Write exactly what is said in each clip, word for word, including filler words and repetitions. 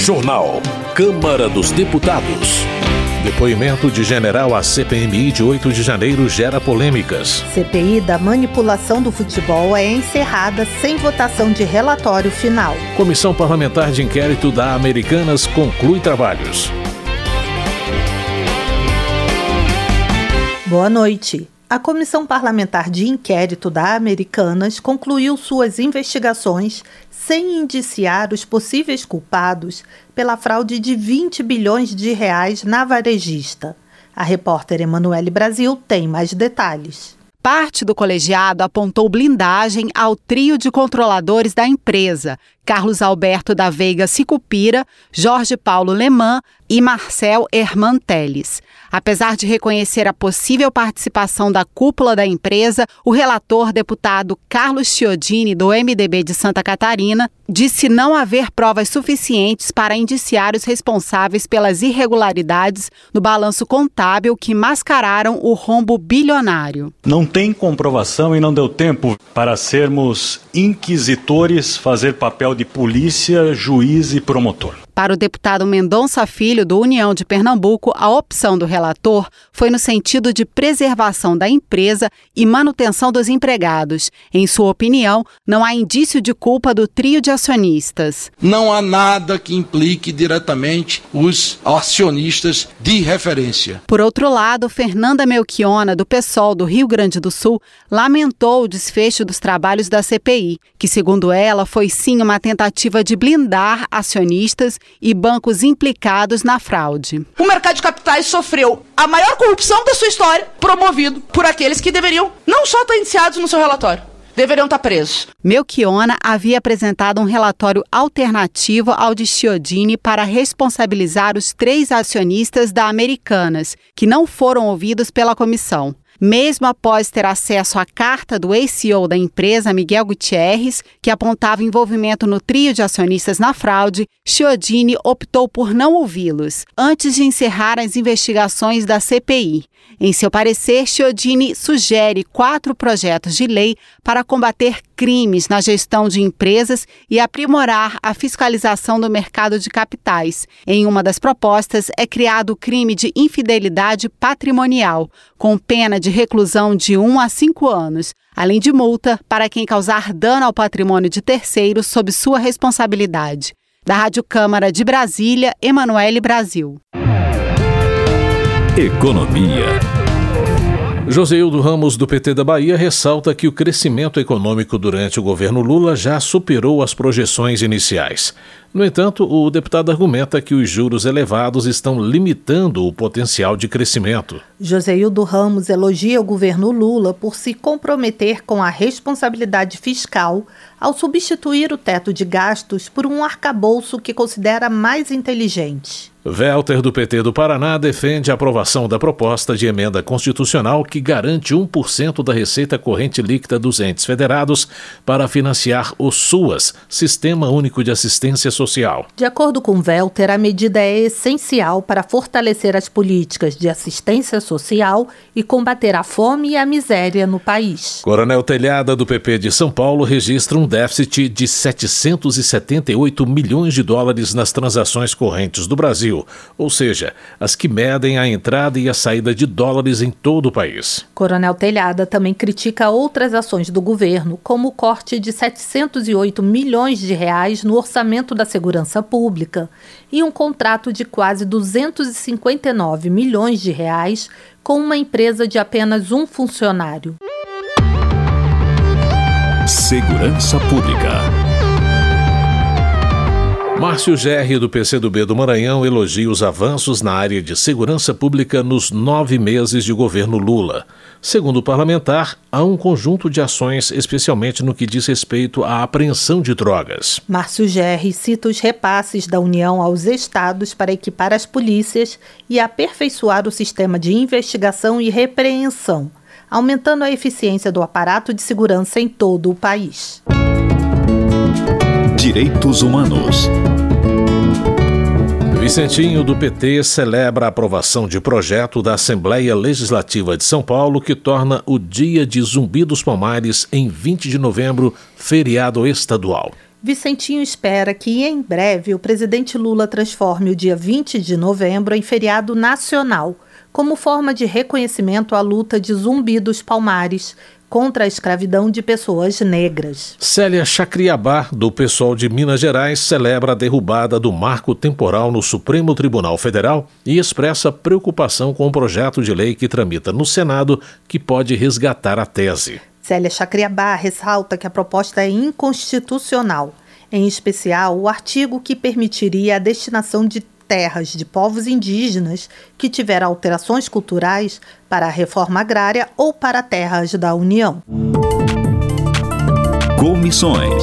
Jornal. Câmara dos Deputados. Depoimento de general à C P M I de oito de janeiro gera polêmicas. C P I da manipulação do futebol é encerrada sem votação de relatório final. Comissão Parlamentar de Inquérito da Americanas conclui trabalhos. Boa noite. A Comissão Parlamentar de Inquérito da Americanas concluiu suas investigações sem indiciar os possíveis culpados pela fraude de vinte bilhões de reais na varejista. A repórter Emanuele Brasil tem mais detalhes. Parte do colegiado apontou blindagem ao trio de controladores da empresa, Carlos Alberto da Veiga Sicupira, Jorge Paulo Leman e Marcel Herman Teles. Apesar de reconhecer a possível participação da cúpula da empresa, o relator deputado Carlos Chiodini, do M D B de Santa Catarina, disse não haver provas suficientes para indiciar os responsáveis pelas irregularidades no balanço contábil que mascararam o rombo bilionário. Não tem comprovação e não deu tempo para sermos inquisitores, fazer papel de polícia, juiz e promotor. Para o deputado Mendonça Filho, do União de Pernambuco, a opção do relator foi no sentido de preservação da empresa e manutenção dos empregados. Em sua opinião, não há indício de culpa do trio de acionistas. Não há nada que implique diretamente os acionistas de referência. Por outro lado, Fernanda Melchiona, do PSOL do Rio Grande do Sul, lamentou o desfecho dos trabalhos da C P I, que, segundo ela, foi sim uma tentativa de blindar acionistas e bancos implicados na fraude. O mercado de capitais sofreu a maior corrupção da sua história, promovido por aqueles que deveriam não só estar indiciados no seu relatório, deveriam estar presos. Melchiona havia apresentado um relatório alternativo ao de Chiodini para responsabilizar os três acionistas da Americanas, que não foram ouvidos pela comissão. Mesmo após ter acesso à carta do ex-C E O da empresa, Miguel Gutierrez, que apontava envolvimento no trio de acionistas na fraude, Chiodini optou por não ouvi-los, antes de encerrar as investigações da C P I. Em seu parecer, Chiodini sugere quatro projetos de lei para combater crimes na gestão de empresas e aprimorar a fiscalização do mercado de capitais. Em uma das propostas, é criado o crime de infidelidade patrimonial, com pena de reclusão de um a cinco anos, além de multa para quem causar dano ao patrimônio de terceiros sob sua responsabilidade. Da Rádio Câmara de Brasília, Emanuele Brasil. Economia. Joseildo Ramos, do P T da Bahia, ressalta que o crescimento econômico durante o governo Lula já superou as projeções iniciais. No entanto, o deputado argumenta que os juros elevados estão limitando o potencial de crescimento. Joseildo Ramos elogia o governo Lula por se comprometer com a responsabilidade fiscal ao substituir o teto de gastos por um arcabouço que considera mais inteligente. Welter, do P T do Paraná, defende a aprovação da proposta de emenda constitucional que garante um por cento da receita corrente líquida dos entes federados para financiar o SUAS, Sistema Único de Assistência Social. De acordo com Welter, a medida é essencial para fortalecer as políticas de assistência social e combater a fome e a miséria no país. Coronel Telhada, do P P de São Paulo, registra um déficit de setecentos e setenta e oito milhões de dólares nas transações correntes do Brasil, ou seja, as que medem a entrada e a saída de dólares em todo o país. Coronel Telhada também critica outras ações do governo, como o corte de setecentos e oito milhões de reais no orçamento da segurança pública e um contrato de quase duzentos e cinquenta e nove milhões de reais com uma empresa de apenas um funcionário. Segurança Pública. Márcio Gerri, do P C do B do Maranhão, elogia os avanços na área de segurança pública nos nove meses de governo Lula. Segundo o parlamentar, há um conjunto de ações, especialmente no que diz respeito à apreensão de drogas. Márcio Gerri cita os repasses da União aos estados para equipar as polícias e aperfeiçoar o sistema de investigação e repreensão, aumentando a eficiência do aparato de segurança em todo o país. Direitos Humanos. Vicentinho, do P T, celebra a aprovação de projeto da Assembleia Legislativa de São Paulo que torna o Dia de Zumbi dos Palmares, em vinte de novembro, feriado estadual. Vicentinho espera que, em breve, o presidente Lula transforme o dia vinte de novembro em feriado nacional, como forma de reconhecimento à luta de Zumbi dos Palmares contra a escravidão de pessoas negras. Célia Chacriabá, do PSOL de Minas Gerais, celebra a derrubada do marco temporal no Supremo Tribunal Federal e expressa preocupação com o projeto de lei que tramita no Senado, que pode resgatar a tese. Célia Chacriabá ressalta que a proposta é inconstitucional, em especial o artigo que permitiria a destinação de terras de povos indígenas que tiveram alterações culturais para a reforma agrária ou para terras da União. Comissões.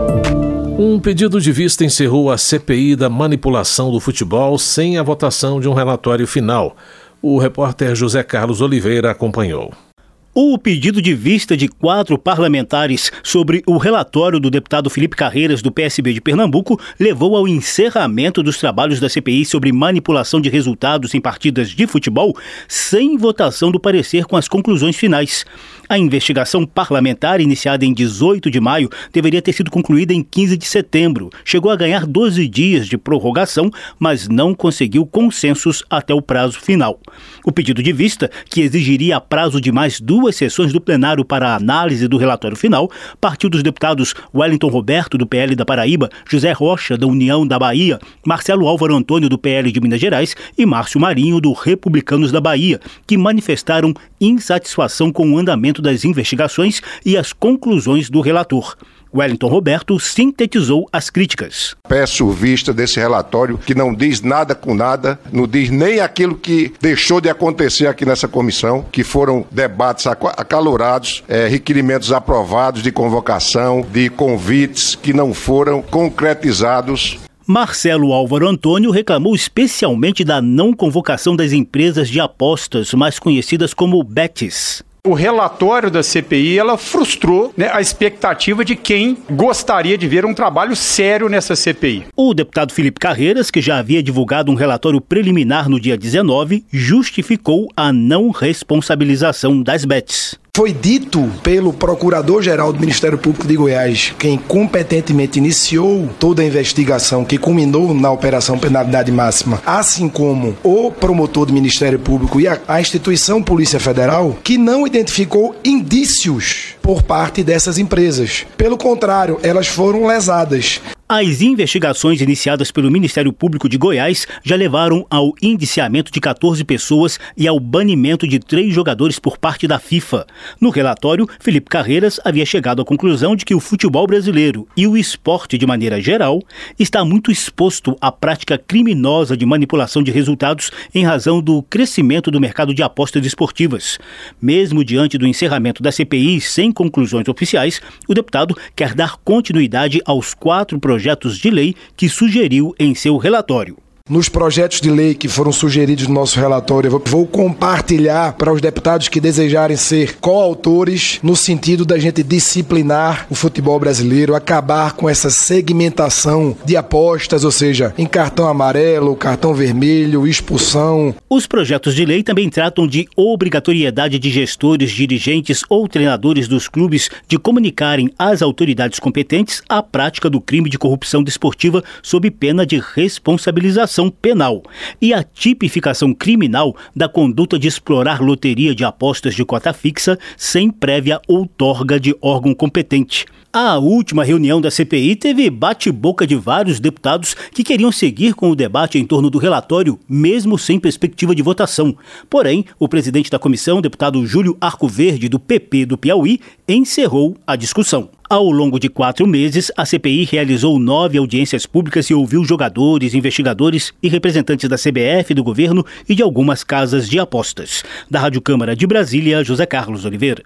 Um pedido de vista encerrou a C P I da manipulação do futebol sem a votação de um relatório final. O repórter José Carlos Oliveira acompanhou. O pedido de vista de quatro parlamentares sobre o relatório do deputado Felipe Carreiras, do P S B de Pernambuco, levou ao encerramento dos trabalhos da C P I sobre manipulação de resultados em partidas de futebol, sem votação do parecer com as conclusões finais. A investigação parlamentar, iniciada em dezoito de maio, deveria ter sido concluída em quinze de setembro. Chegou a ganhar doze dias de prorrogação, mas não conseguiu consensos até o prazo final. O pedido de vista, que exigiria prazo de mais duas sessões do plenário para a análise do relatório final, partiu dos deputados Wellington Roberto, do P L da Paraíba, José Rocha, da União da Bahia, Marcelo Álvaro Antônio, do P L de Minas Gerais e Márcio Marinho, do Republicanos da Bahia, que manifestaram insatisfação com o andamento das investigações e as conclusões do relator. Wellington Roberto sintetizou as críticas. Peço vista desse relatório que não diz nada com nada, não diz nem aquilo que deixou de acontecer aqui nessa comissão, que foram debates acalorados, é, requerimentos aprovados de convocação, de convites que não foram concretizados. Marcelo Álvaro Antônio reclamou especialmente da não convocação das empresas de apostas, mais conhecidas como bets. O relatório da C P I, ela frustrou, né, a expectativa de quem gostaria de ver um trabalho sério nessa C P I. O deputado Felipe Carreiras, que já havia divulgado um relatório preliminar no dia dezenove, justificou a não responsabilização das bets. Foi dito pelo Procurador-Geral do Ministério Público de Goiás, quem competentemente iniciou toda a investigação que culminou na Operação Penalidade Máxima, assim como o promotor do Ministério Público e a, a instituição Polícia Federal, que não identificou indícios por parte dessas empresas. Pelo contrário, elas foram lesadas. As investigações iniciadas pelo Ministério Público de Goiás já levaram ao indiciamento de quatorze pessoas e ao banimento de três jogadores por parte da FIFA. No relatório, Felipe Carreiras havia chegado à conclusão de que o futebol brasileiro e o esporte de maneira geral está muito exposto à prática criminosa de manipulação de resultados em razão do crescimento do mercado de apostas esportivas. Mesmo diante do encerramento da C P I sem conclusões oficiais, o deputado quer dar continuidade aos quatro projetos projetos de lei que sugeriu em seu relatório. Nos projetos de lei que foram sugeridos no nosso relatório, eu vou compartilhar para os deputados que desejarem ser coautores no sentido da gente disciplinar o futebol brasileiro, acabar com essa segmentação de apostas, ou seja, em cartão amarelo, cartão vermelho, expulsão. Os projetos de lei também tratam de obrigatoriedade de gestores, dirigentes ou treinadores dos clubes de comunicarem às autoridades competentes a prática do crime de corrupção desportiva sob pena de responsabilização penal e a tipificação criminal da conduta de explorar loteria de apostas de cota fixa sem prévia outorga de órgão competente. A última reunião da C P I teve bate-boca de vários deputados que queriam seguir com o debate em torno do relatório, mesmo sem perspectiva de votação. Porém, o presidente da comissão, deputado Júlio Arcoverde, do P P do Piauí, encerrou a discussão. Ao longo de quatro meses, a C P I realizou nove audiências públicas e ouviu jogadores, investigadores e representantes da C B F, do governo e de algumas casas de apostas. Da Rádio Câmara de Brasília, José Carlos Oliveira.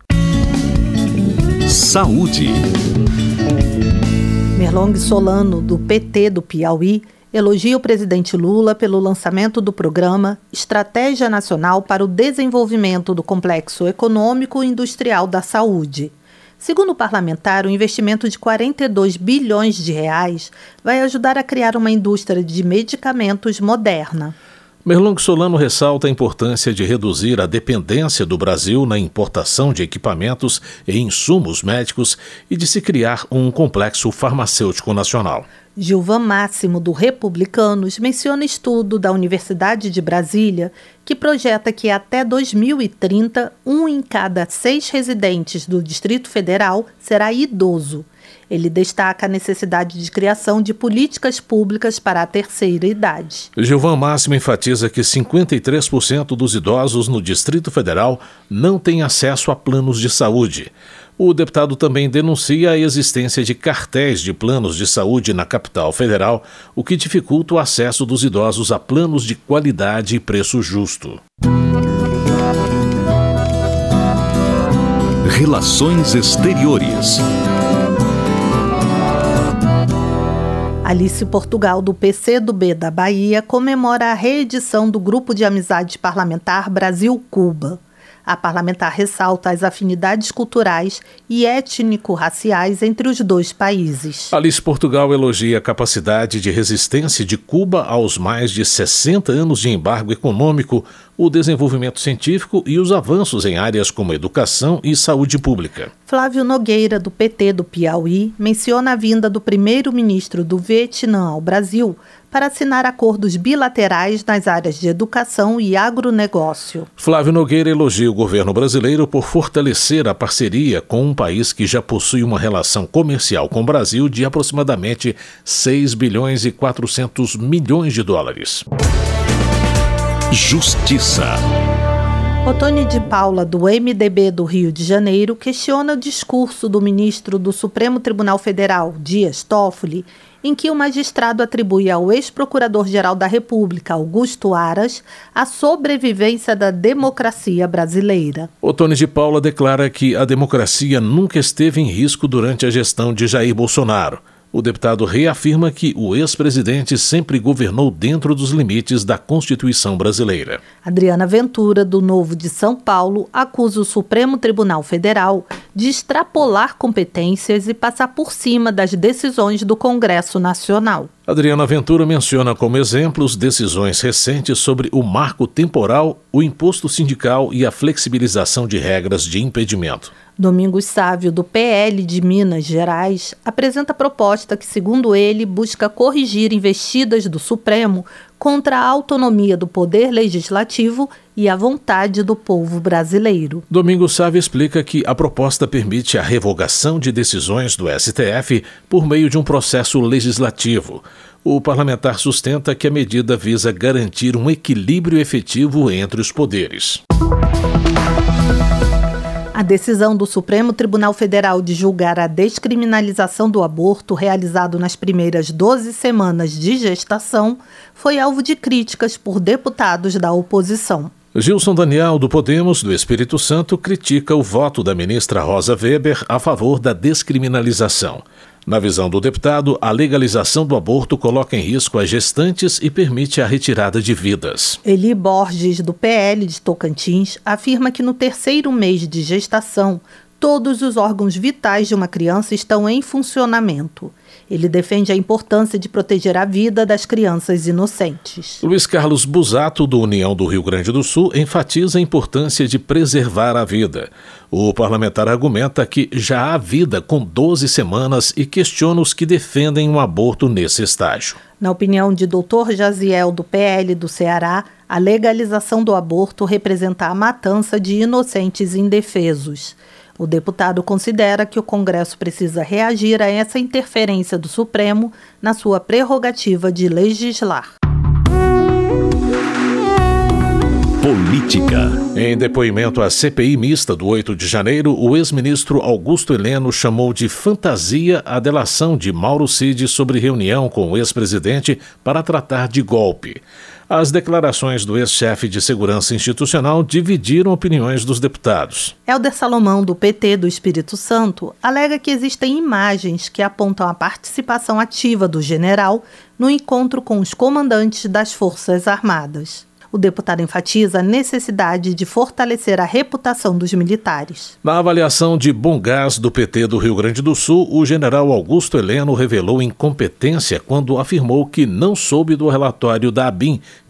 Saúde. Merlong Solano, do P T do Piauí, elogia o presidente Lula pelo lançamento do programa Estratégia Nacional para o Desenvolvimento do Complexo Econômico e Industrial da Saúde. Segundo o parlamentar, o investimento de quarenta e dois bilhões de reais vai ajudar a criar uma indústria de medicamentos moderna. Merlong Solano ressalta a importância de reduzir a dependência do Brasil na importação de equipamentos e insumos médicos e de se criar um complexo farmacêutico nacional. Gilvan Máximo, do Republicanos, menciona estudo da Universidade de Brasília que projeta que até dois mil e trinta, um em cada seis residentes do Distrito Federal será idoso. Ele destaca a necessidade de criação de políticas públicas para a terceira idade. Gilvan Máximo enfatiza que cinquenta e três por cento dos idosos no Distrito Federal não têm acesso a planos de saúde. O deputado também denuncia a existência de cartéis de planos de saúde na capital federal, o que dificulta o acesso dos idosos a planos de qualidade e preço justo. Relações Exteriores. Alice Portugal, do P C do B da Bahia, comemora a reedição do Grupo de Amizade Parlamentar Brasil-Cuba. A parlamentar ressalta as afinidades culturais e étnico-raciais entre os dois países. Alice Portugal elogia a capacidade de resistência de Cuba aos mais de sessenta anos de embargo econômico, o desenvolvimento científico e os avanços em áreas como educação e saúde pública. Flávio Nogueira, do P T do Piauí, menciona a vinda do primeiro-ministro do Vietnã ao Brasil para assinar acordos bilaterais nas áreas de educação e agronegócio. Flávio Nogueira elogia o governo brasileiro por fortalecer a parceria com um país que já possui uma relação comercial com o Brasil de aproximadamente seis bilhões e quatrocentos milhões de dólares. Justiça. Otone de Paula, do M D B do Rio de Janeiro, questiona o discurso do ministro do Supremo Tribunal Federal, Dias Toffoli, em que o magistrado atribui ao ex-procurador-geral da República, Augusto Aras, a sobrevivência da democracia brasileira. Otone de Paula declara que a democracia nunca esteve em risco durante a gestão de Jair Bolsonaro. O deputado reafirma que o ex-presidente sempre governou dentro dos limites da Constituição brasileira. Adriana Ventura, do Novo de São Paulo, acusa o Supremo Tribunal Federal de extrapolar competências e passar por cima das decisões do Congresso Nacional. Adriana Ventura menciona como exemplos decisões recentes sobre o marco temporal, o imposto sindical e a flexibilização de regras de impedimento. Domingos Sávio, do P L de Minas Gerais, apresenta proposta que, segundo ele, busca corrigir investidas do Supremo contra a autonomia do Poder Legislativo e a vontade do povo brasileiro. Domingos Sávio explica que a proposta permite a revogação de decisões do S T F por meio de um processo legislativo. O parlamentar sustenta que a medida visa garantir um equilíbrio efetivo entre os poderes. A decisão do Supremo Tribunal Federal de julgar a descriminalização do aborto realizado nas primeiras doze semanas de gestação foi alvo de críticas por deputados da oposição. Gilson Daniel, do Podemos, do Espírito Santo, critica o voto da ministra Rosa Weber a favor da descriminalização. Na visão do deputado, a legalização do aborto coloca em risco as gestantes e permite a retirada de vidas. Eli Borges, do P L de Tocantins, afirma que no terceiro mês de gestação, todos os órgãos vitais de uma criança estão em funcionamento. Ele defende a importância de proteger a vida das crianças inocentes. Luiz Carlos Busato, do União do Rio Grande do Sul, enfatiza a importância de preservar a vida. O parlamentar argumenta que já há vida com doze semanas e questiona os que defendem um aborto nesse estágio. Na opinião de doutor Jaziel, do P L do Ceará, a legalização do aborto representa a matança de inocentes indefesos. O deputado considera que o Congresso precisa reagir a essa interferência do Supremo na sua prerrogativa de legislar. Política. Em depoimento à C P I mista do oito de janeiro, o ex-ministro Augusto Heleno chamou de fantasia a delação de Mauro Cid sobre reunião com o ex-presidente para tratar de golpe. As declarações do ex-chefe de segurança institucional dividiram opiniões dos deputados. Hélder Salomão, do P T do Espírito Santo, alega que existem imagens que apontam a participação ativa do general no encontro com os comandantes das Forças Armadas. O deputado enfatiza a necessidade de fortalecer a reputação dos militares. Na avaliação de Bom Gás do P T do Rio Grande do Sul, o general Augusto Heleno revelou incompetência quando afirmou que não soube do relatório da ABIN,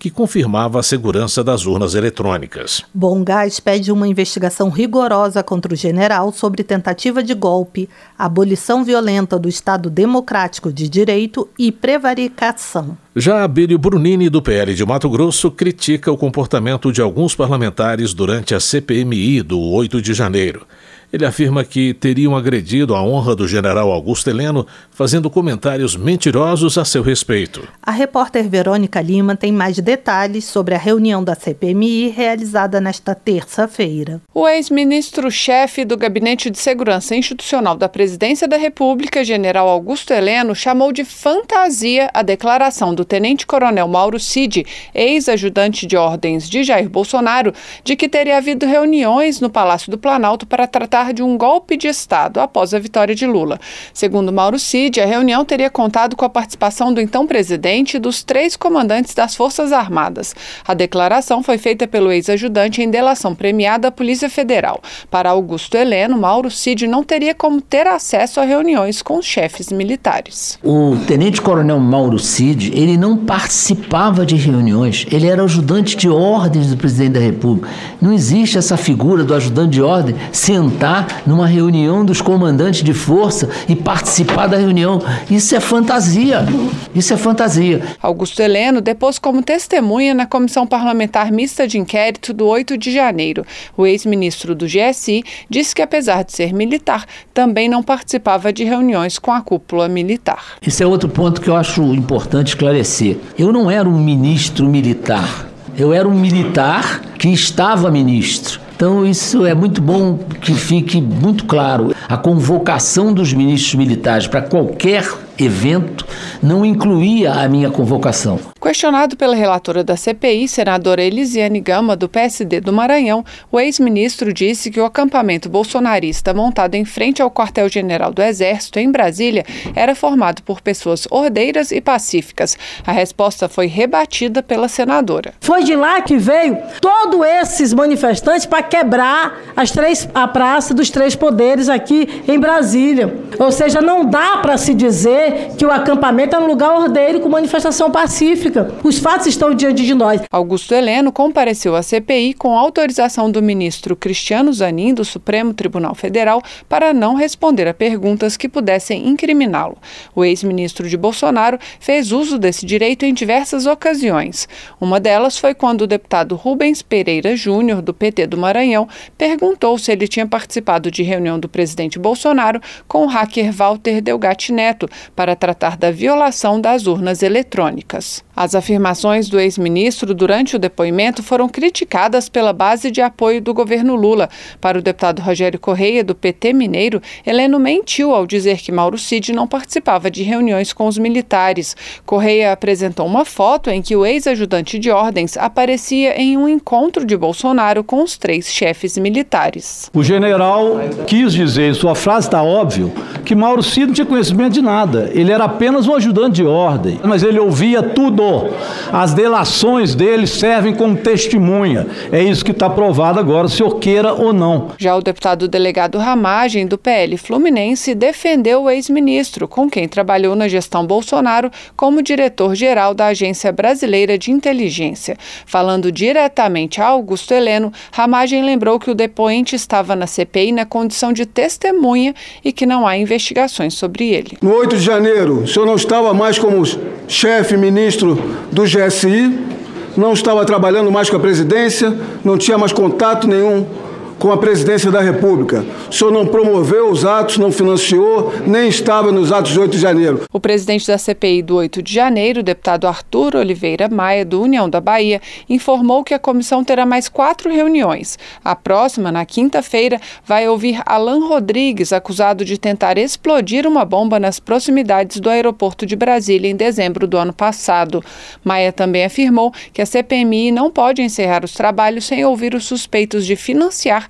que confirmava a segurança das urnas eletrônicas. Bom Gás pede uma investigação rigorosa contra o general sobre tentativa de golpe, abolição violenta do Estado Democrático de Direito e prevaricação. Já Abílio Brunini, do P L de Mato Grosso, critica o comportamento de alguns parlamentares durante a C P M I do oito de janeiro. Ele afirma que teriam agredido a honra do general Augusto Heleno, fazendo comentários mentirosos a seu respeito. A repórter Verônica Lima tem mais detalhes sobre a reunião da C P M I realizada nesta terça-feira. O ex-ministro-chefe do Gabinete de Segurança Institucional da Presidência da República, general Augusto Heleno, chamou de fantasia a declaração do tenente-coronel Mauro Cid, ex-ajudante de ordens de Jair Bolsonaro, de que teria havido reuniões no Palácio do Planalto para tratar de um golpe de Estado após a vitória de Lula. Segundo Mauro Cid, a reunião teria contado com a participação do então presidente e dos três comandantes das Forças Armadas. A declaração foi feita pelo ex-ajudante em delação premiada à Polícia Federal. Para Augusto Heleno, Mauro Cid não teria como ter acesso a reuniões com os chefes militares. O tenente-coronel Mauro Cid, ele não participava de reuniões, ele era ajudante de ordens do presidente da República. Não existe essa figura do ajudante de ordem sentar numa reunião dos comandantes de força e participar da reunião. Isso é fantasia. Isso é fantasia. Augusto Heleno depôs como testemunha na Comissão Parlamentar Mista de Inquérito do oito de janeiro. O ex-ministro do G S I disse que, apesar de ser militar, também não participava de reuniões com a cúpula militar. Esse é outro ponto que eu acho importante esclarecer. Eu não era um ministro militar. Eu era um militar que estava ministro. Então isso é muito bom que fique muito claro. A convocação dos ministros militares para qualquer evento não incluía a minha convocação. Questionado pela relatora da C P I, senadora Elisiane Gama, do P S D do Maranhão, o ex-ministro disse que o acampamento bolsonarista montado em frente ao quartel-general do Exército, em Brasília, era formado por pessoas ordeiras e pacíficas. A resposta foi rebatida pela senadora. Foi de lá que veio todos esses manifestantes para quebrar as três, a praça dos três poderes aqui em Brasília. Ou seja, não dá para se dizer que o acampamento é um lugar ordeiro com manifestação pacífica. Os fatos estão diante de nós. Augusto Heleno compareceu à C P I com autorização do ministro Cristiano Zanin, do Supremo Tribunal Federal, para não responder a perguntas que pudessem incriminá-lo. O ex-ministro de Bolsonaro fez uso desse direito em diversas ocasiões. Uma delas foi quando o deputado Rubens Pereira Júnior, do P T do Maranhão, perguntou se ele tinha participado de reunião do presidente Bolsonaro com o hacker Walter Delgatti Neto para tratar da violação das urnas eletrônicas. As afirmações do ex-ministro durante o depoimento foram criticadas pela base de apoio do governo Lula. Para o deputado Rogério Correia, do P T mineiro, Heleno mentiu ao dizer que Mauro Cid não participava de reuniões com os militares. Correia apresentou uma foto em que o ex-ajudante de ordens aparecia em um encontro de Bolsonaro com os três chefes militares. O general quis dizer, sua frase está óbvio, que Mauro Cid não tinha conhecimento de nada. Ele era apenas um ajudante de ordem, mas ele ouvia tudo. As delações dele servem como testemunha. É isso que está provado agora, se eu queira ou não. Já o deputado delegado Ramagem, do P L Fluminense, defendeu o ex-ministro, com quem trabalhou na gestão Bolsonaro como diretor-geral da Agência Brasileira de Inteligência. Falando diretamente a Augusto Heleno, Ramagem lembrou que o depoente estava na C P I na condição de testemunha e que não há investigações sobre ele. No oito de janeiro, o senhor não estava mais como chefe ministro do G S I, não estava trabalhando mais com a presidência, não tinha mais contato nenhum com a presidência da República. O senhor não promoveu os atos, não financiou, nem estava nos atos de oito de janeiro. O presidente da C P I do oito de janeiro, o deputado Arthur Oliveira Maia, do União da Bahia, informou que a comissão terá mais quatro reuniões. A próxima, na quinta-feira, vai ouvir Alan Rodrigues, acusado de tentar explodir uma bomba nas proximidades do aeroporto de Brasília em dezembro do ano passado. Maia também afirmou que a C P M I não pode encerrar os trabalhos sem ouvir os suspeitos de financiar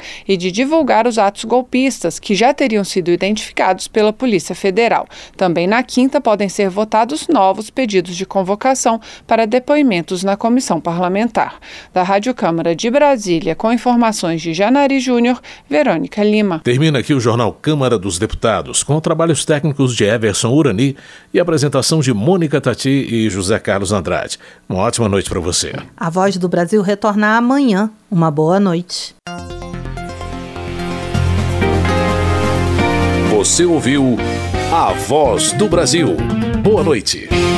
e de divulgar os atos golpistas, que já teriam sido identificados pela Polícia Federal. Também na quinta podem ser votados novos pedidos de convocação para depoimentos na comissão parlamentar. Da Rádio Câmara de Brasília, com informações de Janari Júnior, Verônica Lima. Termina aqui o Jornal Câmara dos Deputados, com trabalhos técnicos de Everson Urani e apresentação de Mônica Tati e José Carlos Andrade. Uma ótima noite para você. A Voz do Brasil retorna amanhã. Uma boa noite. Você ouviu A Voz do Brasil. Boa noite.